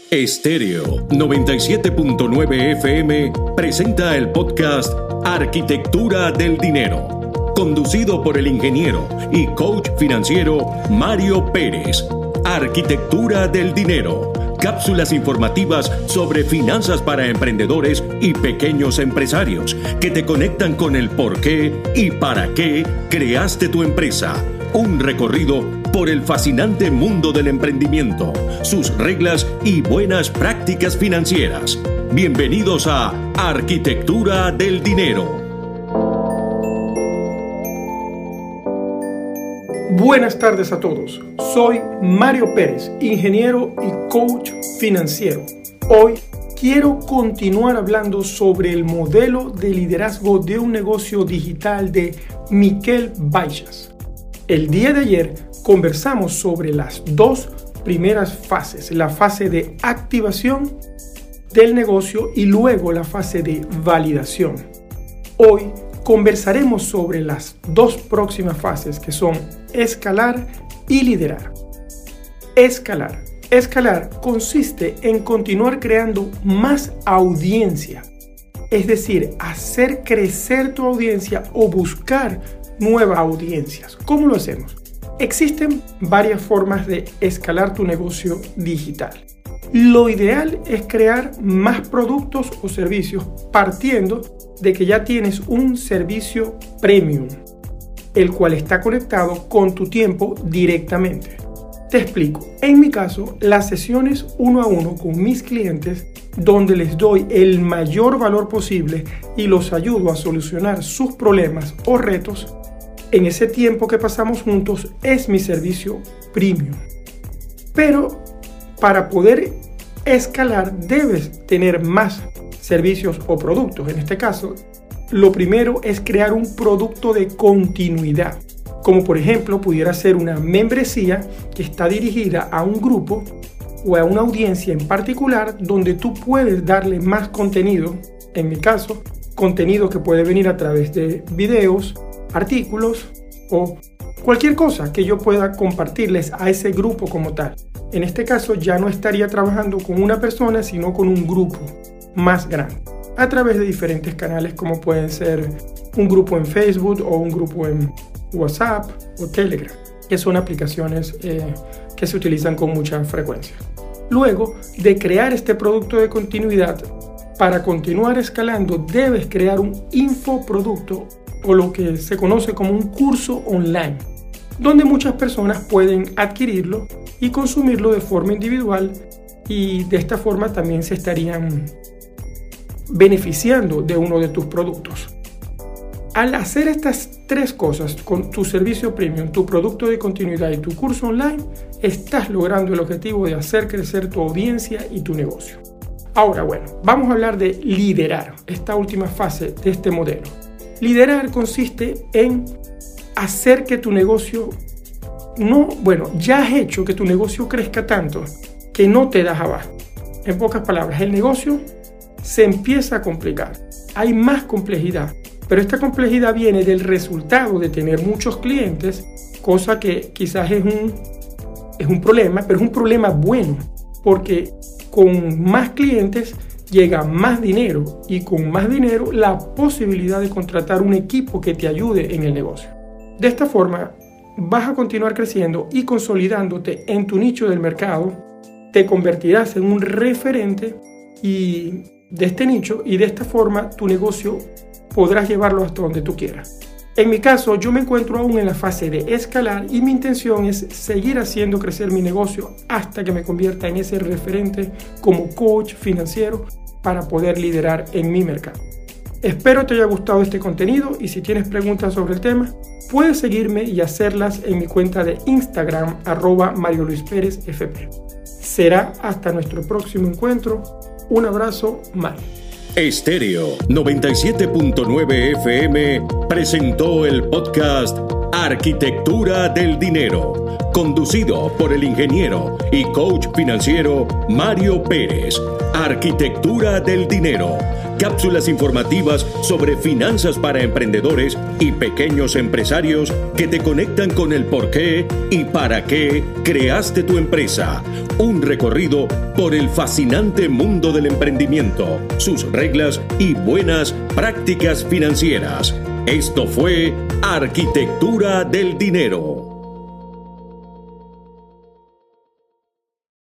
Estéreo 97.9 FM presenta el podcast Arquitectura del Dinero, conducido por el ingeniero y coach financiero Mario Pérez. Arquitectura del Dinero, cápsulas informativas sobre finanzas para emprendedores y pequeños empresarios que te conectan con el por qué y para qué creaste tu empresa. Un recorrido por el fascinante mundo del emprendimiento, sus reglas y buenas prácticas financieras. Bienvenidos a Arquitectura del Dinero. Buenas tardes a todos. Soy Mario Pérez, ingeniero y coach financiero. Hoy quiero continuar hablando sobre el modelo de liderazgo de un negocio digital de Miquel Baixas. El día de ayer conversamos sobre las dos primeras fases, la fase de activación del negocio y luego la fase de validación. Hoy conversaremos sobre las dos próximas fases que son escalar y liderar. Escalar consiste en continuar creando más audiencia, es decir, hacer crecer tu audiencia o buscar nuevas audiencias. ¿Cómo lo hacemos? Existen varias formas de escalar tu negocio digital. Lo ideal es crear más productos o servicios partiendo de que ya tienes un servicio premium, el cual está conectado con tu tiempo directamente. Te explico. En mi caso, las sesiones 1 a 1 con mis clientes, donde les doy el mayor valor posible y los ayudo a solucionar sus problemas o retos, en ese tiempo que pasamos juntos es mi servicio premium. Pero para poder escalar debes tener más servicios o productos. En este caso, lo primero es crear un producto de continuidad, como por ejemplo pudiera ser una membresía que está dirigida a un grupo o a una audiencia en particular donde tú puedes darle más contenido. En mi caso, contenido que puede venir a través de videos, artículos o cualquier cosa que yo pueda compartirles a ese grupo como tal. En este caso ya no estaría trabajando con una persona, sino con un grupo más grande, a través de diferentes canales como pueden ser un grupo en Facebook o un grupo en WhatsApp o Telegram, que son aplicaciones que se utilizan con mucha frecuencia. Luego de crear este producto de continuidad, para continuar escalando debes crear un infoproducto o lo que se conoce como un curso online, donde muchas personas pueden adquirirlo y consumirlo de forma individual, y de esta forma también se estarían beneficiando de uno de tus productos. Al hacer estas tres cosas con tu servicio premium, tu producto de continuidad y tu curso online, estás logrando el objetivo de hacer crecer tu audiencia y tu negocio. Ahora, vamos a hablar de liderar, esta última fase de este modelo. Liderar consiste en hacer que tu negocio ya has hecho que tu negocio crezca tanto que no te das abasto. En pocas palabras, el negocio se empieza a complicar. Hay más complejidad, pero esta complejidad viene del resultado de tener muchos clientes, cosa que quizás es un problema, pero es un problema bueno, porque con más clientes llega más dinero y con más dinero la posibilidad de contratar un equipo que te ayude en el negocio. De esta forma vas a continuar creciendo y consolidándote en tu nicho del mercado, te convertirás en un referente de este nicho y de esta forma tu negocio podrás llevarlo hasta donde tú quieras. En mi caso, yo me encuentro aún en la fase de escalar y mi intención es seguir haciendo crecer mi negocio hasta que me convierta en ese referente como coach financiero para poder liderar en mi mercado. Espero te haya gustado este contenido y si tienes preguntas sobre el tema, puedes seguirme y hacerlas en mi cuenta de Instagram @MarioLuisPérezFP. Será hasta nuestro próximo encuentro. Un abrazo, Mario. Estéreo 97.9 FM presentó el podcast Arquitectura del Dinero Conducido por el ingeniero y coach financiero Mario Pérez. Arquitectura del Dinero. Cápsulas informativas sobre finanzas para emprendedores y pequeños empresarios que te conectan con el por qué y para qué creaste tu empresa. Un recorrido por el fascinante mundo del emprendimiento, sus reglas y buenas prácticas financieras. Esto fue Arquitectura del Dinero.